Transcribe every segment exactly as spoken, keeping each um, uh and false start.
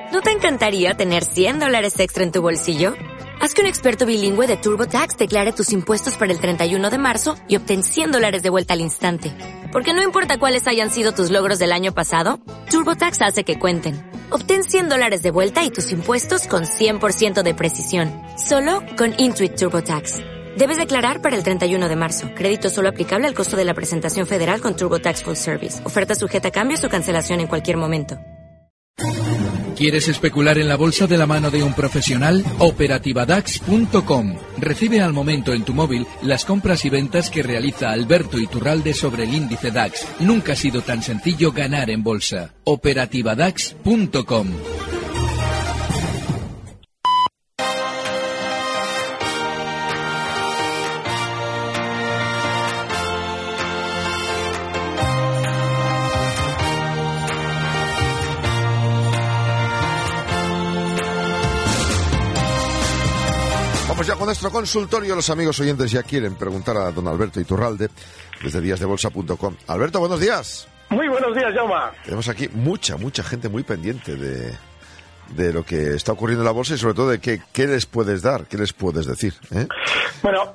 ¿No te encantaría tener cien dólares extra en tu bolsillo? Haz que un experto bilingüe de TurboTax declare tus impuestos para el treinta y uno de marzo y obtén cien dólares de vuelta al instante. Porque no importa cuáles hayan sido tus logros del año pasado, TurboTax hace que cuenten. Obtén cien dólares de vuelta y tus impuestos con cien por ciento de precisión. Solo con Intuit TurboTax. Debes declarar para el treinta y uno de marzo. Crédito solo aplicable al costo de la presentación federal con TurboTax Full Service. Oferta sujeta a cambios o cancelación en cualquier momento. ¿Quieres especular en la bolsa de la mano de un profesional? operativa dax punto com. Recibe al momento en tu móvil las compras y ventas que realiza Alberto Iturralde sobre el índice DAX. Nunca ha sido tan sencillo ganar en bolsa. operativa dax punto com. Ya con nuestro consultorio, los amigos oyentes ya quieren preguntar a don Alberto Iturralde desde días de bolsa punto com. Alberto, buenos días. Muy buenos días, Jaume. Tenemos aquí mucha, mucha gente muy pendiente de, de lo que está ocurriendo en la bolsa y sobre todo de qué, qué les puedes dar, qué les puedes decir, ¿eh? Bueno,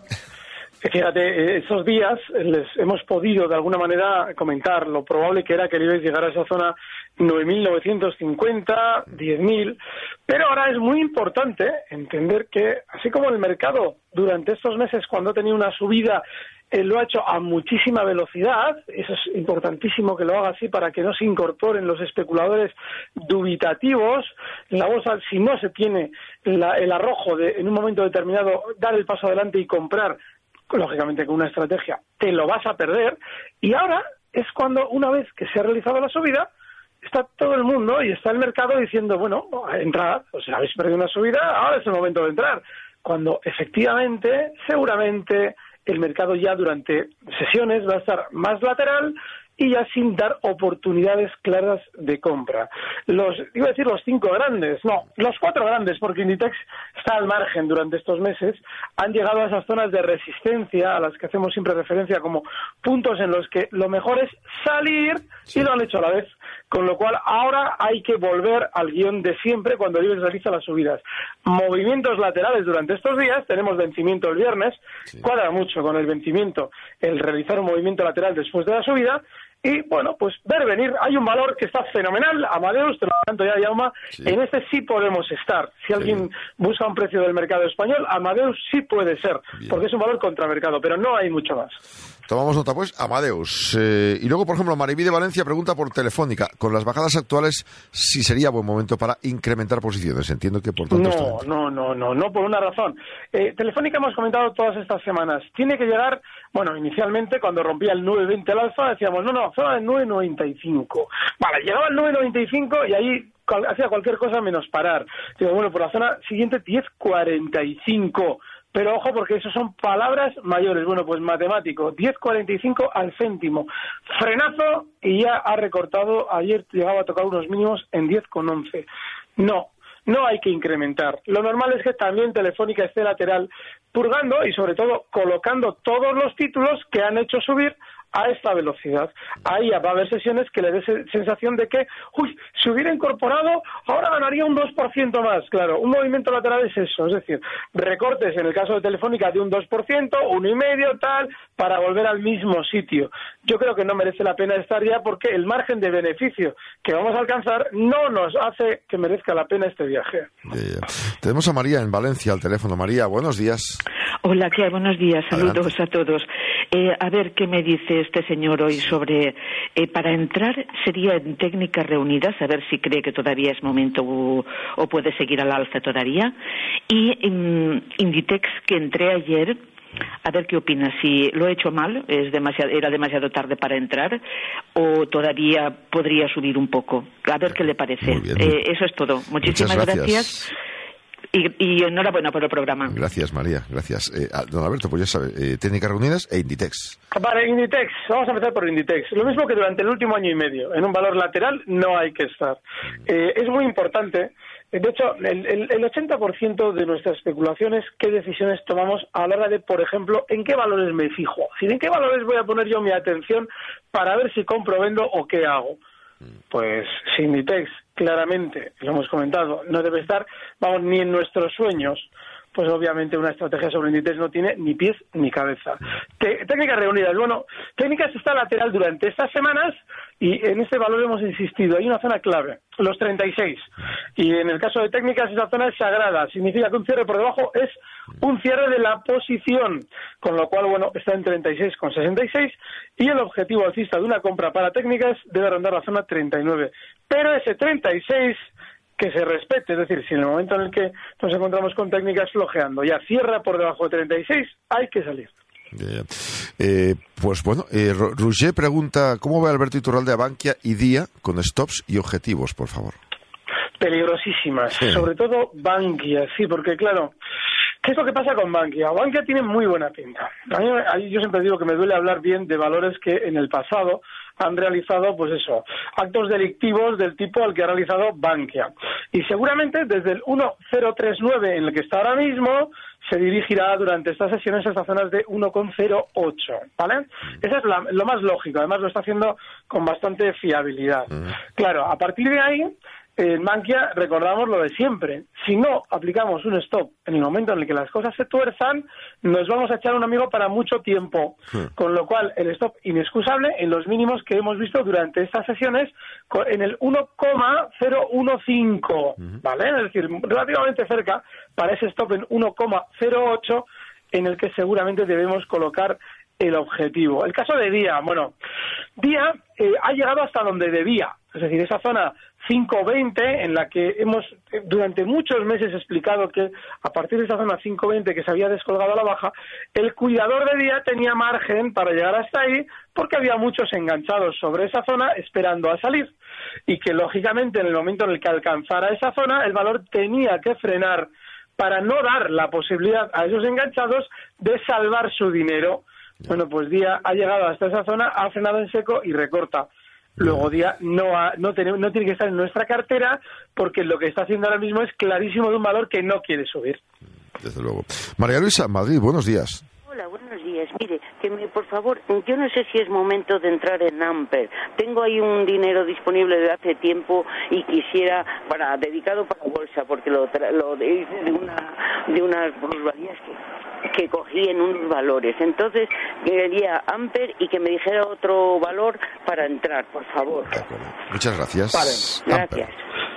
fíjate, estos días les hemos podido de alguna manera comentar lo probable que era que el IBEX llegara a esa zona nueve mil novecientos cincuenta, diez mil, pero ahora es muy importante entender que, así como el mercado durante estos meses cuando ha tenido una subida eh, lo ha hecho a muchísima velocidad, eso es importantísimo que lo haga así para que no se incorporen los especuladores dubitativos. En la bolsa, si no se tiene la, el arrojo de en un momento determinado dar el paso adelante y comprar, lógicamente con una estrategia, te lo vas a perder. Y ahora es cuando, una vez que se ha realizado la subida, está todo el mundo y está el mercado diciendo, bueno, entrad, o sea, habéis perdido una subida, ahora es el momento de entrar. Cuando efectivamente, seguramente, el mercado ya durante sesiones va a estar más lateral y ya sin dar oportunidades claras de compra. Los, iba a decir los cinco grandes, no, los cuatro grandes, porque Inditex está al margen durante estos meses, han llegado a esas zonas de resistencia a las que hacemos siempre referencia como puntos en los que lo mejor es salir, sí, y lo han hecho a la vez, con lo cual ahora hay que volver al guión de siempre cuando el IBEX realiza las subidas. Movimientos laterales durante estos días, tenemos vencimiento el viernes, sí, cuadra mucho con el vencimiento el realizar un movimiento lateral después de la subida. Y, bueno, pues ver venir. Hay un valor que está fenomenal. Amadeus, te lo canto ya, Jaume. Sí. En este sí podemos estar. Si alguien sí. busca un precio del mercado español, Amadeus sí puede ser. Bien. Porque es un valor contramercado, pero no hay mucho más. Tomamos nota, pues, Amadeus. Eh, y luego, por ejemplo, Maribí de Valencia pregunta por Telefónica. Con las bajadas actuales, sí sería buen momento para incrementar posiciones. Entiendo que por tanto... No, no, no, no, no, por una razón. Eh, Telefónica hemos comentado todas estas semanas. Tiene que llegar, bueno, inicialmente, cuando rompía el nueve veinte al alza, decíamos, no, no, zona de nueve noventa y cinco. Vale, llegaba al nueve noventa y cinco y ahí hacía cualquier cosa menos parar. Digo, bueno, por la zona siguiente, diez cuarenta y cinco. Pero ojo, porque eso son palabras mayores. Bueno, pues matemático, diez cuarenta y cinco al céntimo. Frenazo y ya ha recortado, ayer llegaba a tocar unos mínimos en diez con once. No, no hay que incrementar. Lo normal es que también Telefónica esté lateral, purgando y sobre todo colocando todos los títulos que han hecho subir a esta velocidad. Ahí va a haber sesiones que le dé sensación de que, uy, si hubiera incorporado, ahora ganaría un dos por ciento más. Claro, un movimiento lateral es eso, es decir, recortes en el caso de Telefónica de un dos por ciento, uno y medio, tal, para volver al mismo sitio. Yo creo que no merece la pena estar ya porque el margen de beneficio que vamos a alcanzar no nos hace que merezca la pena este viaje. Yeah, yeah. Tenemos a María en Valencia al teléfono. María, buenos días. Hola, ¿qué hay? Buenos días, saludos Adelante. a todos. Eh, a ver qué me dice este señor hoy sobre, eh, para entrar sería en técnicas reunidas, a ver si cree que todavía es momento o, o puede seguir al alza todavía. Y en Inditex, que entré ayer, a ver qué opina, si lo he hecho mal, es demasiado, era demasiado tarde para entrar, o todavía podría subir un poco. A ver qué le parece. Muy bien, muy... Eh, eso es todo. Muchísimas Muchas gracias. gracias. Y, y enhorabuena por el programa. Gracias, María, gracias. Eh, don Alberto, pues ya sabe, eh, técnicas reunidas e Inditex. Vale, Inditex, vamos a empezar por Inditex. Lo mismo que durante el último año y medio, en un valor lateral no hay que estar. Eh, es muy importante, de hecho, el, el, el ochenta por ciento de nuestras especulaciones, qué decisiones tomamos a la hora de, por ejemplo, en qué valores me fijo. Si en qué valores voy a poner yo mi atención para ver si compro, vendo o qué hago. Pues si Inditex claramente, lo hemos comentado, no debe estar, vamos, ni en nuestros sueños, pues obviamente una estrategia sobre el Inditex no tiene ni pies ni cabeza. Te, técnicas reunidas. Bueno, técnicas está lateral durante estas semanas y en este valor hemos insistido. Hay una zona clave, los treinta y seis. Y en el caso de técnicas esa zona es sagrada. Significa que un cierre por debajo es un cierre de la posición. Con lo cual, bueno, está en treinta y seis con sesenta y seis y el objetivo alcista de una compra para técnicas debe rondar la zona treinta y nueve. Pero ese treinta y seis... que se respete, es decir, si en el momento en el que nos encontramos con técnicas flojeando ya cierra por debajo de treinta y seis, hay que salir. Yeah. Eh, pues bueno, eh, Roger pregunta, ¿cómo ve Alberto Iturralde a Bankia y Día con stops y objetivos, por favor? Peligrosísimas, sí. Sobre todo Bankia, sí, porque claro, ¿qué es lo que pasa con Bankia? Bankia tiene muy buena pinta. A mí, a mí yo siempre digo que me duele hablar bien de valores que en el pasado han realizado, pues eso, actos delictivos del tipo al que ha realizado Bankia. Y seguramente desde el uno coma cero tres nueve en el que está ahora mismo, se dirigirá durante estas sesiones a estas zonas de uno coma cero ocho, ¿vale? Eso es la, lo más lógico, además lo está haciendo con bastante fiabilidad. Uh-huh. Claro, a partir de ahí, en Bankia recordamos lo de siempre. Si no aplicamos un stop en el momento en el que las cosas se tuerzan, nos vamos a echar un amigo para mucho tiempo. Sí. Con lo cual, el stop inexcusable en los mínimos que hemos visto durante estas sesiones en el uno coma cero uno cinco, uh-huh. ¿vale? Es decir, relativamente cerca para ese stop en uno coma cero ocho en el que seguramente debemos colocar el objetivo. El caso de Día, bueno, Día eh, ha llegado hasta donde debía, es decir, esa zona cinco veinte en la que hemos durante muchos meses explicado que a partir de esa zona cinco veinte que se había descolgado a la baja, el cuidador de Día tenía margen para llegar hasta ahí porque había muchos enganchados sobre esa zona esperando a salir y que lógicamente en el momento en el que alcanzara esa zona el valor tenía que frenar para no dar la posibilidad a esos enganchados de salvar su dinero. Bueno, pues Día ha llegado hasta esa zona, ha frenado en seco y recorta. Luego Día no, ha, no, tiene, no tiene que estar en nuestra cartera porque lo que está haciendo ahora mismo es clarísimo de un valor que no quiere subir. Desde luego. María Luisa, Madrid, buenos días. Hola, buenos días. Mire, que me, por favor, yo no sé si es momento de entrar en Amper. Tengo ahí un dinero disponible de hace tiempo y quisiera, para dedicado para bolsa, porque lo, lo hice de, una, de unas plusvalías que... que cogí en unos valores. Entonces, quería Amper y que me dijera otro valor para entrar, por favor. De acuerdo. Muchas gracias. Vale, gracias.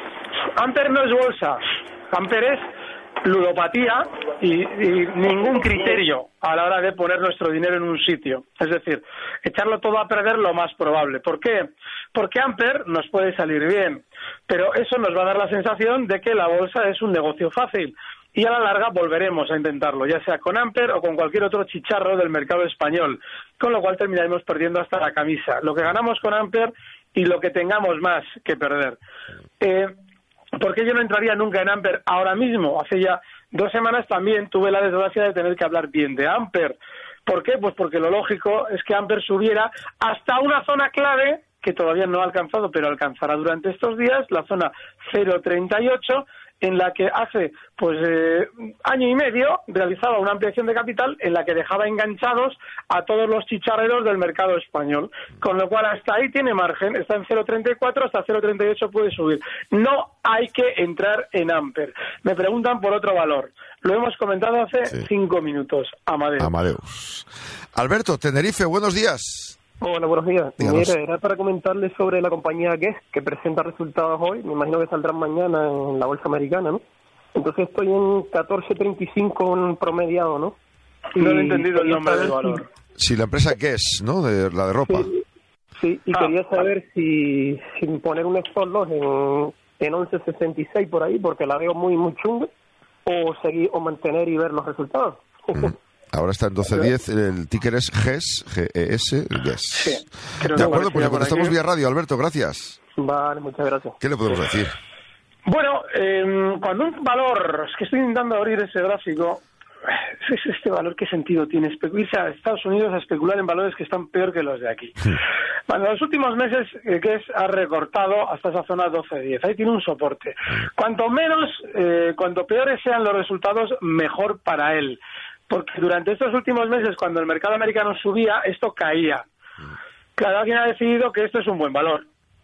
Amper. Amper no es bolsa. Amper es ludopatía y, y ningún criterio a la hora de poner nuestro dinero en un sitio. Es decir, echarlo todo a perder lo más probable. ¿Por qué? Porque Amper nos puede salir bien, pero eso nos va a dar la sensación de que la bolsa es un negocio fácil. Y a la larga volveremos a intentarlo, ya sea con Amper o con cualquier otro chicharro del mercado español, con lo cual terminaremos perdiendo hasta la camisa. Lo que ganamos con Amper y lo que tengamos más que perder. Eh, ¿Por qué yo no entraría nunca en Amper ahora mismo? Hace ya dos semanas también tuve la desgracia de tener que hablar bien de Amper. ¿Por qué? Pues porque lo lógico es que Amper subiera hasta una zona clave que todavía no ha alcanzado, pero alcanzará durante estos días, la zona cero coma treinta y ocho, en la que hace pues eh, año y medio realizaba una ampliación de capital en la que dejaba enganchados a todos los chicharreros del mercado español, con lo cual hasta ahí tiene margen, está en cero coma treinta y cuatro, hasta cero coma treinta y ocho puede subir. No hay que entrar en Amper. Me preguntan por otro valor. Lo hemos comentado hace sí. cinco minutos. Amadeus. Amadeus. Alberto, Tenerife, buenos días. Hola, buenos días. Díganos. Mira, era para comentarle sobre la compañía Guess, que presenta resultados hoy. Me imagino que saldrán mañana en la bolsa americana, ¿no? Entonces estoy en catorce treinta y cinco en promediado, ¿no? Y no he entendido el nombre del valor. Si... Sí, la empresa Guess, ¿no? De, la de ropa. Sí, sí y ah, quería saber ah. si sin poner un stop loss en, en once sesenta y seis por ahí, porque la veo muy, muy chunga, o seguir o mantener y ver los resultados. Mm. Ahora está en doce diez, el ticker es G E S, G E S, Guess. Sí, de acuerdo, pues le contestamos vía radio, Alberto, gracias. Vale, muchas gracias. ¿Qué le podemos decir? Bueno, eh, cuando un valor, es que estoy intentando abrir ese gráfico, es este valor, ¿qué sentido tiene? Irse a Estados Unidos a especular en valores que están peor que los de aquí. Bueno, en los últimos meses, eh, Guess ha recortado hasta esa zona doce diez, ahí tiene un soporte. Cuanto menos, eh, cuanto peores sean los resultados, mejor para él. Porque durante estos últimos meses, cuando el mercado americano subía, esto caía. Claro, alguien ha decidido que esto es un buen valor.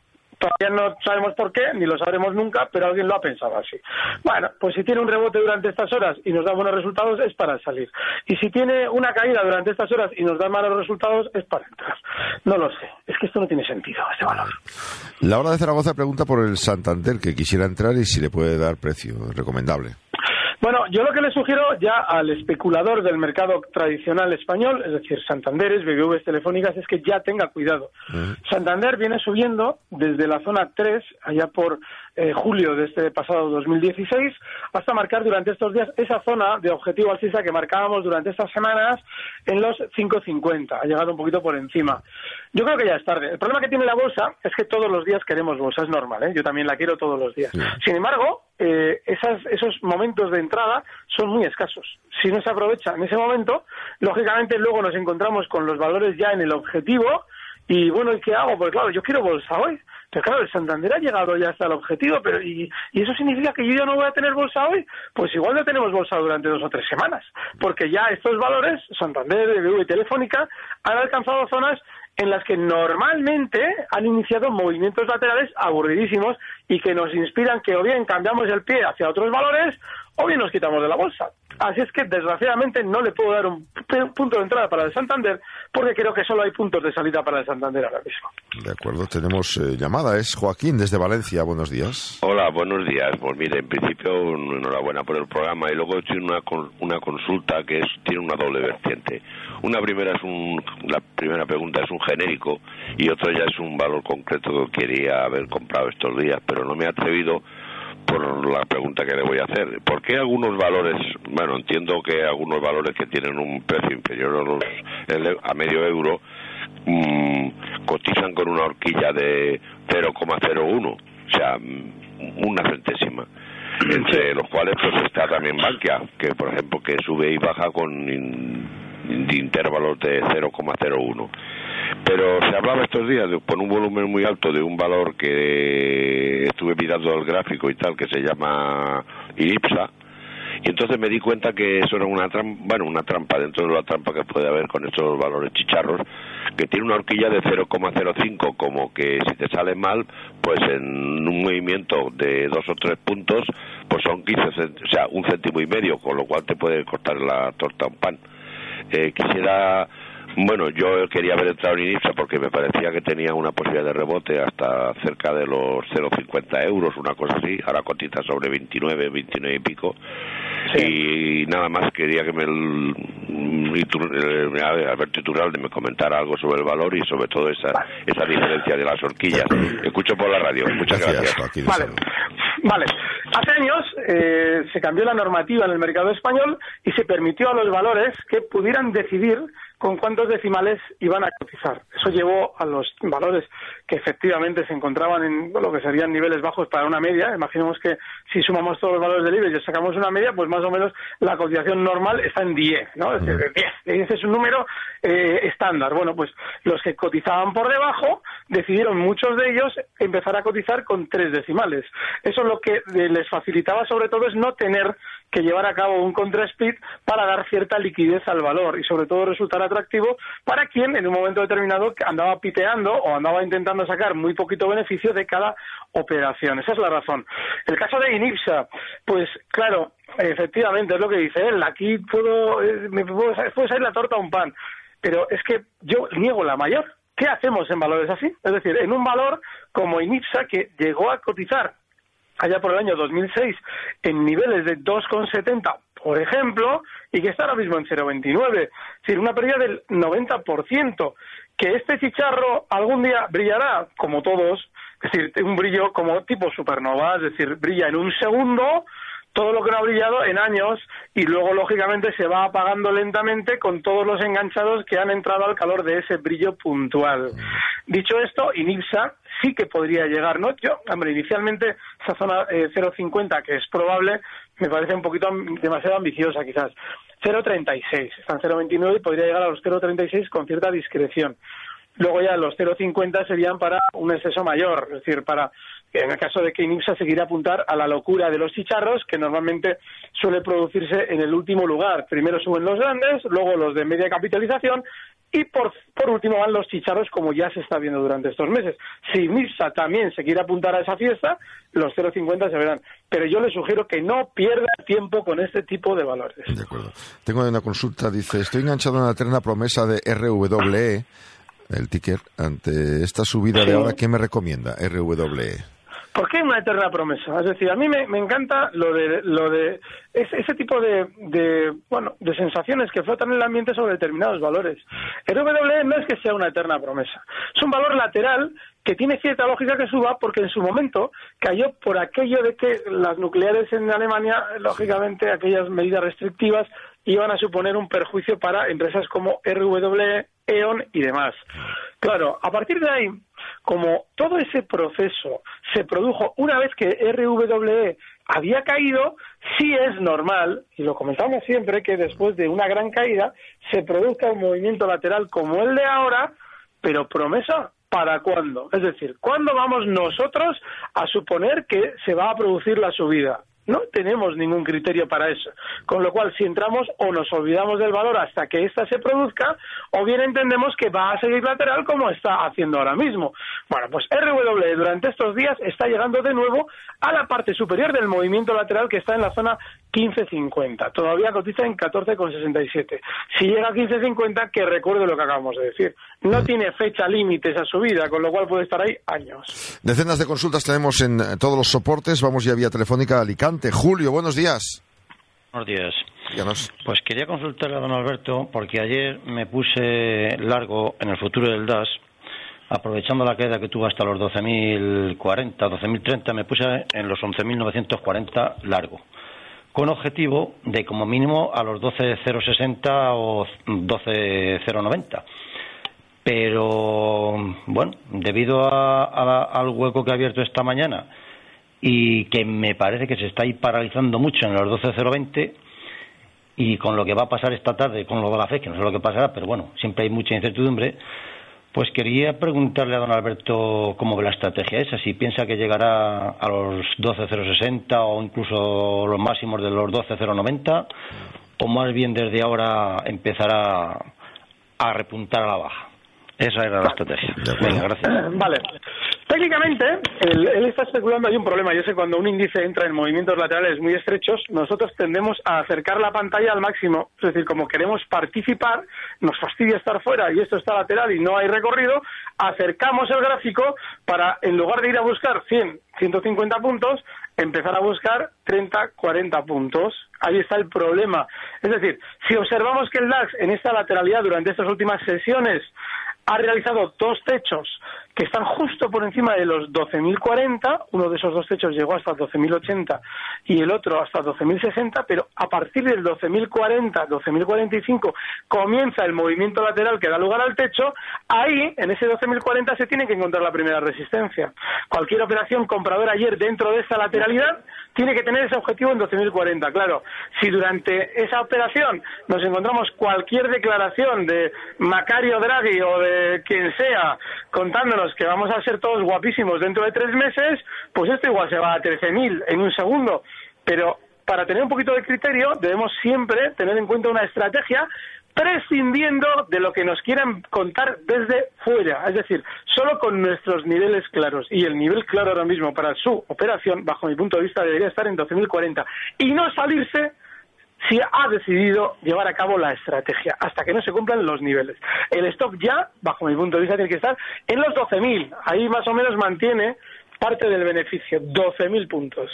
Todavía no sabemos por qué, ni lo sabremos nunca, pero alguien lo ha pensado así. Bueno, pues si tiene un rebote durante estas horas y nos da buenos resultados, es para salir. Y si tiene una caída durante estas horas y nos da malos resultados, es para entrar. No lo sé. Es que esto no tiene sentido, este valor. Laura de Zaragoza pregunta por el Santander, que quisiera entrar y si le puede dar precio recomendable. Bueno, yo lo que le sugiero ya al especulador del mercado tradicional español, es decir, Santanderes, B B Vs telefónicas, es que ya tenga cuidado. Uh-huh. Santander viene subiendo desde la zona tres, allá por eh, julio de este pasado dos mil dieciséis, hasta marcar durante estos días esa zona de objetivo alcista que marcábamos durante estas semanas en los cinco cincuenta. Ha llegado un poquito por encima. Yo creo que ya es tarde. El problema que tiene la bolsa es que todos los días queremos bolsa, es normal, ¿eh? Yo también la quiero todos los días. Sí. Sin embargo, eh, esas, esos momentos de entrada son muy escasos. Si no se aprovecha en ese momento, lógicamente luego nos encontramos con los valores ya en el objetivo y bueno, ¿y qué hago? Pues claro, yo quiero bolsa hoy. Pero claro, el Santander ha llegado ya hasta el objetivo, pero ¿y, ¿y eso significa que yo ya no voy a tener bolsa hoy? Pues igual no tenemos bolsa durante dos o tres semanas, porque ya estos valores, Santander, B B V y Telefónica, han alcanzado zonas en las que normalmente han iniciado movimientos laterales aburridísimos y que nos inspiran que o bien cambiamos el pie hacia otros valores o bien nos quitamos de la bolsa. Así es que, desgraciadamente, no le puedo dar un punto de entrada para el Santander porque creo que solo hay puntos de salida para el Santander ahora mismo. De acuerdo, tenemos eh, llamada. Es Joaquín desde Valencia. Buenos días. Hola, buenos días. Pues mire, en principio, enhorabuena por el programa. Y luego tiene una, una consulta que es tiene una doble vertiente. Una primera es un, la primera pregunta es un genérico y otra ya es un valor concreto que quería haber comprado estos días, pero no me he atrevido por la pregunta que le voy a hacer. ¿Por qué algunos valores, bueno, entiendo que algunos valores que tienen un precio inferior a, los, a medio euro mmm, cotizan con una horquilla de cero coma cero uno, o sea, una centésima, entre los cuales pues está también Bankia, que por ejemplo que sube y baja con in, de intervalos de cero coma cero uno. Pero se hablaba estos días de, con un volumen muy alto de un valor que estuve mirando el gráfico y tal, que se llama IPSA, y entonces me di cuenta que eso era una trampa, bueno, una trampa dentro de la trampa que puede haber con estos valores chicharros, que tiene una horquilla de cero coma cero cinco, como que si te sale mal, pues en un movimiento de dos o tres puntos, pues son quince, o sea, un céntimo y medio, con lo cual te puede cortar la torta un pan. Eh, quisiera... Bueno, yo quería haber entrado en IPSA porque me parecía que tenía una posibilidad de rebote hasta cerca de los cero coma cincuenta euros, una cosa así. Ahora cotiza sobre veintinueve, veintinueve y pico. Sí. Y nada más quería que me el, el, Alberto Iturralde me comentara algo sobre el valor y sobre todo esa esa diferencia de las horquillas. Escucho por la radio. Muchas gracias. gracias. Vale. Vale. Hace años eh, se cambió la normativa en el mercado español y se permitió a los valores que pudieran decidir con cuántos decimales iban a cotizar. Eso llevó a los valores que efectivamente se encontraban en lo que serían niveles bajos para una media. Imaginemos que si sumamos todos los valores del IBEX y sacamos una media, pues más o menos la cotización normal está en diez, ¿no? Es decir, diez. diez es un número eh, estándar. Bueno, pues los que cotizaban por debajo decidieron muchos de ellos empezar a cotizar con tres decimales. Eso lo que les facilitaba sobre todo es no tener que llevar a cabo un contra-split para dar cierta liquidez al valor y sobre todo resultar atractivo para quien en un momento determinado andaba piteando o andaba intentando sacar muy poquito beneficio de cada operación. Esa es la razón. El caso de INIPSA, pues claro, efectivamente es lo que dice él, aquí puedo, me puedo, puedo salir la torta a un pan, pero es que yo niego la mayor. ¿Qué hacemos en valores así? Es decir, en un valor como INIPSA que llegó a cotizar allá por el año dos mil seis en niveles de dos coma setenta, por ejemplo, y que está ahora mismo en cero coma veintinueve, es decir, una pérdida del noventa por ciento, que este chicharro algún día brillará, como todos, es decir, un brillo como tipo supernova, es decir, brilla en un segundo todo lo que no ha brillado en años y luego, lógicamente, se va apagando lentamente con todos los enganchados que han entrado al calor de ese brillo puntual. Dicho esto, INIPSA sí que podría llegar, ¿no? Yo, hombre, inicialmente esa zona eh, cero coma cincuenta, que es probable, me parece un poquito demasiado ambiciosa, quizás. cero coma treinta y seis, está en cero coma veintinueve y podría llegar a los cero coma treinta y seis con cierta discreción. Luego ya los cero coma cincuenta serían para un exceso mayor, es decir, para, en el caso de que INIPSA se quiera apuntar a la locura de los chicharros, que normalmente suele producirse en el último lugar. Primero suben los grandes, luego los de media capitalización, Y por, por último van los chicharros, como ya se está viendo durante estos meses. Si Mipsa también se quiere apuntar a esa fiesta, los cero coma cincuenta se verán. Pero yo le sugiero que no pierda tiempo con este tipo de valores. De acuerdo. Tengo una consulta, dice, estoy enganchado en la eterna promesa de R W E, el ticker, ante esta subida sí. de ahora, ¿qué me recomienda R W E? ¿Por qué una eterna promesa? Es decir, a mí me, me encanta lo de lo de ese, ese tipo de, de bueno de sensaciones que flotan en el ambiente sobre determinados valores. El R W E no es que sea una eterna promesa, es un valor lateral que tiene cierta lógica que suba porque en su momento cayó por aquello de que las nucleares en Alemania, lógicamente aquellas medidas restrictivas iban a suponer un perjuicio para empresas como R W E, E O N y demás. Claro, a partir de ahí, como todo ese proceso se produjo una vez que R W E había caído, sí es normal, y lo comentamos siempre, que después de una gran caída se produzca un movimiento lateral como el de ahora, pero promesa, ¿para cuándo? Es decir, ¿cuándo vamos nosotros a suponer que se va a producir la subida? No tenemos ningún criterio para eso. Con lo cual, si entramos o nos olvidamos del valor hasta que ésta se produzca, o bien entendemos que va a seguir lateral como está haciendo ahora mismo. Bueno, pues R W E durante estos días está llegando de nuevo a la parte superior del movimiento lateral que está en la zona quince cincuenta. Todavía cotiza en catorce con sesenta y siete. Si llega a quince cincuenta, que recuerde lo que acabamos de decir. No tiene fecha límite esa subida, con lo cual puede estar ahí años. Decenas de consultas tenemos en todos los soportes. Vamos ya vía telefónica a Alicante. Julio, buenos días. Buenos días. Díganos. Pues quería consultarle a don Alberto, porque ayer me puse largo en el futuro del D A S, aprovechando la caída que tuvo hasta los doce mil cuarenta, doce mil treinta, me puse en los once mil novecientos cuarenta largo, con objetivo de como mínimo a los doce mil sesenta o doce mil noventa. Pero, bueno, debido a, a, al hueco que ha abierto esta mañana y que me parece que se está ahí paralizando mucho en los doce mil veinte, y con lo que va a pasar esta tarde con lo de la F E D, que no sé lo que pasará, pero bueno, siempre hay mucha incertidumbre, pues quería preguntarle a don Alberto cómo ve la estrategia esa, si piensa que llegará a los doce mil sesenta o incluso los máximos de los doce mil noventa, o más bien desde ahora empezará a repuntar a la baja. Esa era la estrategia. Venga, gracias. Vale. Técnicamente, él, él está especulando, hay un problema, y es que cuando un índice entra en movimientos laterales muy estrechos, nosotros tendemos a acercar la pantalla al máximo, es decir, como queremos participar, nos fastidia estar fuera y esto está lateral y no hay recorrido, acercamos el gráfico para, en lugar de ir a buscar cien, ciento cincuenta puntos, empezar a buscar treinta, cuarenta puntos. Ahí está el problema. Es decir, si observamos que el D A X en esta lateralidad durante estas últimas sesiones ha realizado dos techos que están justo por encima de los doce mil cuarenta, uno de esos dos techos llegó hasta doce mil ochenta y el otro hasta doce mil sesenta, pero a partir del doce mil cuarenta, doce mil cuarenta y cinco comienza el movimiento lateral que da lugar al techo. Ahí, en ese doce mil cuarenta, se tiene que encontrar la primera resistencia. Cualquier operación compradora ayer dentro de esa lateralidad tiene que tener ese objetivo en doce mil cuarenta. Claro, si durante esa operación nos encontramos cualquier declaración de Macario Draghi o de quien sea contándonos que vamos a ser todos guapísimos dentro de tres meses, pues esto igual se va a trece mil en un segundo. Pero para tener un poquito de criterio debemos siempre tener en cuenta una estrategia prescindiendo de lo que nos quieran contar desde fuera, es decir, solo con nuestros niveles claros. Y el nivel claro ahora mismo para su operación, bajo mi punto de vista, debería estar en doce mil cuarenta y no salirse si ha decidido llevar a cabo la estrategia, hasta que no se cumplan los niveles. El stop ya, bajo mi punto de vista, tiene que estar en los doce mil. Ahí más o menos mantiene parte del beneficio, doce mil puntos.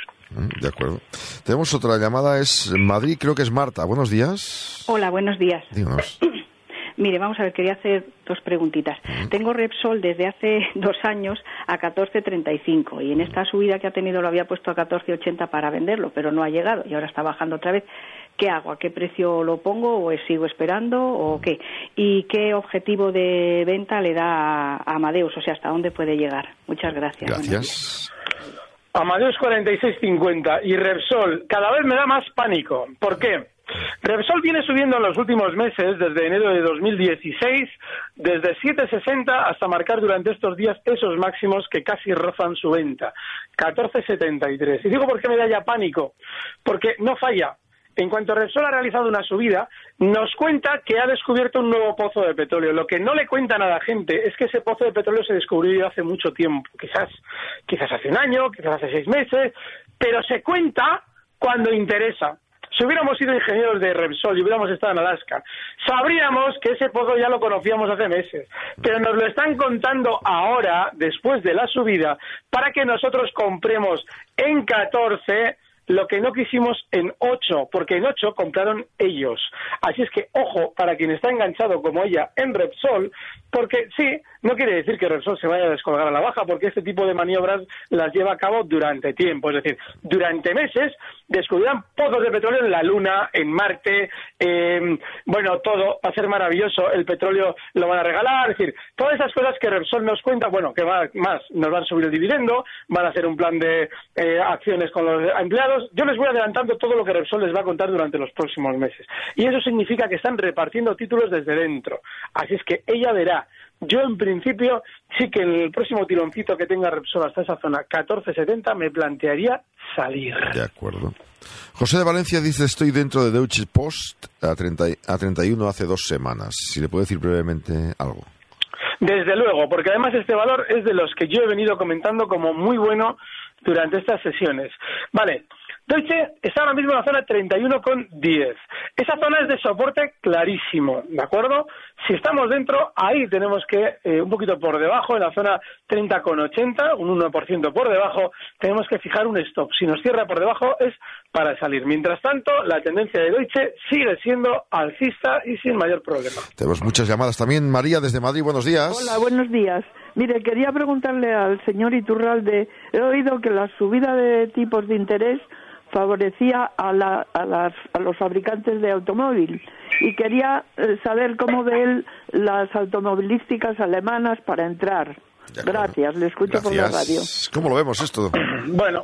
De acuerdo. Tenemos otra llamada, es Madrid, creo que es Marta. Buenos días. Hola, buenos días. Díganos. Mire, vamos a ver, quería hacer dos preguntitas. Uh-huh. Tengo Repsol desde hace dos años a catorce treinta y cinco y en esta subida que ha tenido lo había puesto a catorce ochenta para venderlo, pero no ha llegado y ahora está bajando otra vez. ¿Qué hago? ¿A qué precio lo pongo o sigo esperando o qué? ¿Y qué objetivo de venta le da a Amadeus? O sea, ¿hasta dónde puede llegar? Muchas gracias. Gracias. Amadeus cuarenta y seis cincuenta y Repsol cada vez me da más pánico. ¿Por qué? Repsol viene subiendo en los últimos meses, desde enero de dos mil dieciséis, desde siete sesenta hasta marcar durante estos días esos máximos que casi rozan su venta, catorce setenta y tres. Y digo, ¿por qué me da ya pánico? Porque no falla. en cuanto Repsol ha realizado una subida, nos cuenta que ha descubierto un nuevo pozo de petróleo. Lo que no le cuentan a la gente es que ese pozo de petróleo se descubrió hace mucho tiempo, quizás, quizás hace un año, quizás hace seis meses, pero se cuenta cuando interesa. Si hubiéramos sido ingenieros de Repsol y hubiéramos estado en Alaska, sabríamos que ese pozo ya lo conocíamos hace meses, pero nos lo están contando ahora, después de la subida, para que nosotros compremos en catorce lo que no quisimos en ocho, porque en ocho compraron ellos. Así es que, ojo, para quien está enganchado como ella en Repsol, porque sí, no quiere decir que Repsol se vaya a descolgar a la baja, porque este tipo de maniobras las lleva a cabo durante tiempo, es decir, durante meses descubrirán pozos de petróleo en la Luna, en Marte, eh, bueno, todo va a ser maravilloso, el petróleo lo van a regalar, es decir, todas esas cosas que Repsol nos cuenta, bueno, que va más, nos van a subir el dividendo, van a hacer un plan de eh, acciones con los empleados. Yo les voy adelantando todo lo que Repsol les va a contar durante los próximos meses. Y eso significa que están repartiendo títulos desde dentro. Así es que ella verá. Yo, en principio, sí que en el próximo tironcito que tenga Repsol hasta esa zona, catorce setenta, me plantearía salir. De acuerdo. José de Valencia dice, estoy dentro de Deutsche Post a, treinta, a treinta y uno hace dos semanas. Si le puede decir brevemente algo. Desde luego, porque además este valor es de los que yo he venido comentando como muy bueno durante estas sesiones. Vale. Deutsche está ahora mismo en la zona treinta y uno con diez. Esa zona es de soporte clarísimo, ¿de acuerdo? Si estamos dentro, ahí tenemos que, eh, un poquito por debajo, en la zona treinta con ochenta, un uno por ciento por debajo, tenemos que fijar un stop. Si nos cierra por debajo es para salir. Mientras tanto, la tendencia de Deutsche sigue siendo alcista y sin mayor problema. Tenemos muchas llamadas también. María, desde Madrid, buenos días. Hola, buenos días. Mire, quería preguntarle al señor Iturralde, he oído que la subida de tipos de interés favorecía a, la, a, las, a los fabricantes de automóvil y quería eh, saber cómo ve él las automovilísticas alemanas para entrar. Gracias, le escucho Gracias. Por la radio. ¿Cómo lo vemos esto? Bueno,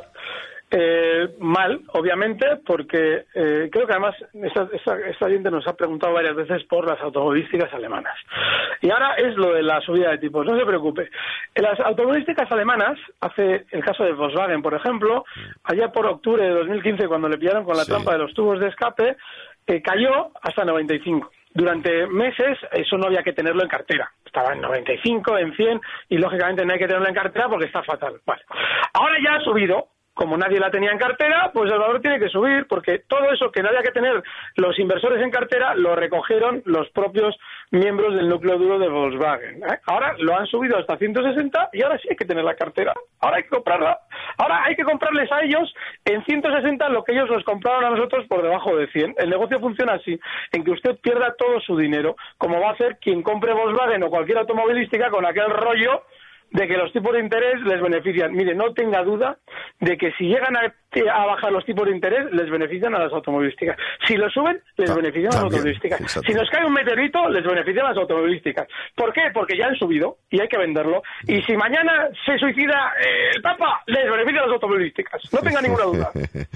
eh, mal, obviamente, porque eh, creo que además esta, esta, esta gente nos ha preguntado varias veces por las automovilísticas alemanas. Y ahora es lo de la subida de tipos, no se preocupe. En las automovilísticas alemanas, hace el caso de Volkswagen, por ejemplo, allá por octubre de dos mil quince, cuando le pillaron con la sí. trampa de los tubos de escape, eh, cayó hasta noventa y cinco. Durante meses eso no había que tenerlo en cartera. Estaba en noventa y cinco, en cien, y lógicamente no hay que tenerlo en cartera porque está fatal. Vale. Ahora ya ha subido. Como nadie la tenía en cartera, pues el valor tiene que subir, porque todo eso que no había que tener los inversores en cartera lo recogieron los propios miembros del núcleo duro de Volkswagen. ¿eh? Ahora lo han subido hasta ciento sesenta y ahora sí hay que tener la cartera. Ahora hay que comprarla. Ahora hay que comprarles a ellos en ciento sesenta lo que ellos nos compraron a nosotros por debajo de cien. El negocio funciona así, en que usted pierda todo su dinero, como va a hacer quien compre Volkswagen o cualquier automovilística con aquel rollo de que los tipos de interés les benefician. Mire, no tenga duda de que si llegan a, a bajar los tipos de interés, les benefician a las automovilísticas. Si lo suben, les ah, benefician a las automovilísticas. Exacto. Si nos cae un meteorito, les benefician a las automovilísticas. ¿Por qué? Porque ya han subido y hay que venderlo. Y si mañana se suicida eh, el Papa, les beneficia a las automovilísticas. No tenga ninguna duda.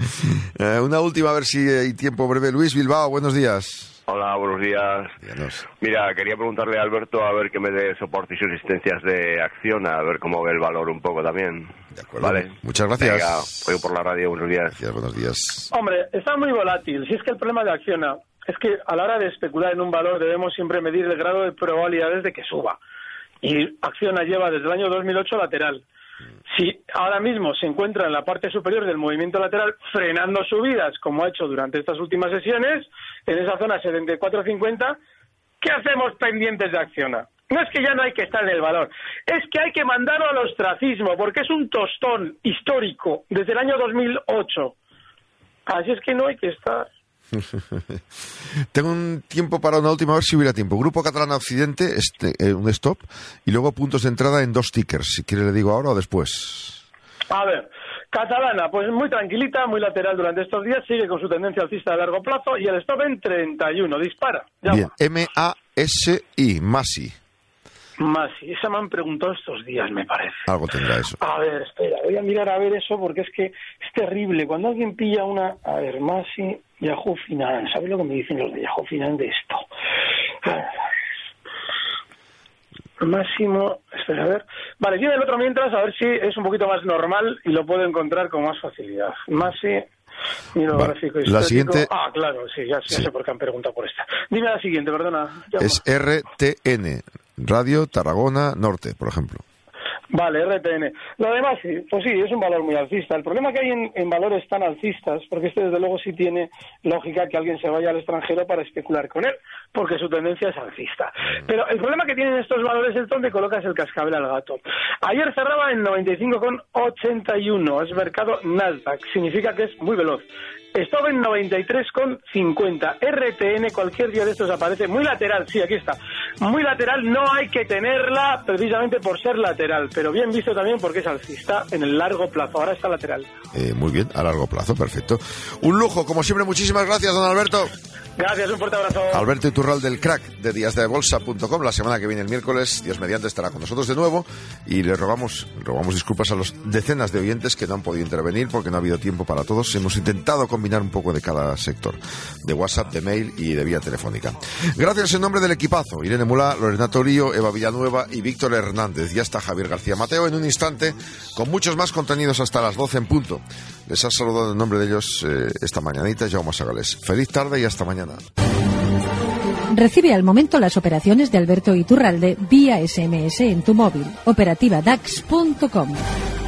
eh, una última, a ver si hay tiempo breve. Luis Bilbao, buenos días. Hola, buenos días. Díganos. Mira, quería preguntarle a Alberto a ver que me dé soporte y resistencias de Acciona, a ver cómo ve el valor un poco también. De acuerdo. Vale. Muchas gracias. Venga, oigo por la radio, buenos días. Gracias, buenos días. Hombre, está muy volátil. Si es que el problema de Acciona es que a la hora de especular en un valor debemos siempre medir el grado de probabilidades de que suba. Y Acciona lleva desde el año dos mil ocho lateral. Si ahora mismo se encuentra en la parte superior del movimiento lateral frenando subidas, como ha hecho durante estas últimas sesiones, en esa zona setenta y cuatro cincuenta, ¿qué hacemos pendientes de Acciona? No es que ya no hay que estar en el valor, es que hay que mandarlo al ostracismo, porque es un tostón histórico desde el año dos mil ocho. Así es que no hay que estar. Tengo un tiempo para una última, a ver si hubiera tiempo. Grupo Catalana Occidente, este, eh, un stop, y luego puntos de entrada en dos tickers. Si quiere le digo ahora o después. A ver, Catalana, pues muy tranquilita, muy lateral durante estos días, sigue con su tendencia alcista a largo plazo y el stop en treinta y uno, dispara. Llama. Bien, M A S I, Masi. Masi, esa me han preguntado estos días, me parece. Algo tendrá eso. A ver, espera, voy a mirar a ver eso porque es que es terrible. Cuando alguien pilla una... A ver, Masi, Yahoo Finance. ¿Sabes lo que me dicen los de Yahoo Finance de esto? Máximo... Espera, a ver. Vale, tiene el otro mientras, a ver si es un poquito más normal y lo puedo encontrar con más facilidad. Masi... Miro Vale. gráfico La histórico. siguiente- Ah, claro, sí, ya, ya Sí. sé por qué han preguntado por esta. Dime la siguiente, perdona. Llama. Es R T N, Radio Tarragona Norte, por ejemplo. Vale, R T N. Lo demás, sí, pues sí, es un valor muy alcista. El problema que hay en, en valores tan alcistas, porque este desde luego sí tiene lógica que alguien se vaya al extranjero para especular con él, porque su tendencia es alcista. Pero el problema que tienen estos valores es donde colocas el cascabel al gato. Ayer cerraba en noventa y cinco con ochenta y uno, es mercado Nasdaq, significa que es muy veloz. Stop en noventa y tres con cincuenta. R T N cualquier día de estos aparece muy lateral, sí, aquí está. Muy lateral, no hay que tenerla precisamente por ser lateral, pero bien visto también porque es alcista en el largo plazo. Ahora está lateral. Eh, muy bien, a largo plazo, perfecto. Un lujo, como siempre, muchísimas gracias, don Alberto. Gracias, un fuerte abrazo. Alberto Iturral del Crack de días de bolsa punto com. La semana que viene, el miércoles, Dios mediante, estará con nosotros de nuevo y le rogamos, rogamos disculpas a los decenas de oyentes que no han podido intervenir porque no ha habido tiempo para todos. Hemos intentado combinar un poco de cada sector, de WhatsApp, de mail y de vía telefónica. Gracias en nombre del equipazo, Irene Mulá, Lorena Torío, Eva Villanueva y Víctor Hernández. Ya está Javier García Mateo en un instante con muchos más contenidos hasta las doce en punto. Les ha saludado en nombre de ellos eh, esta mañanita Jaume Sagales. Feliz tarde y hasta mañana. Recibe al momento las operaciones de Alberto Iturralde vía S M S en tu móvil. Operativa DAX punto com.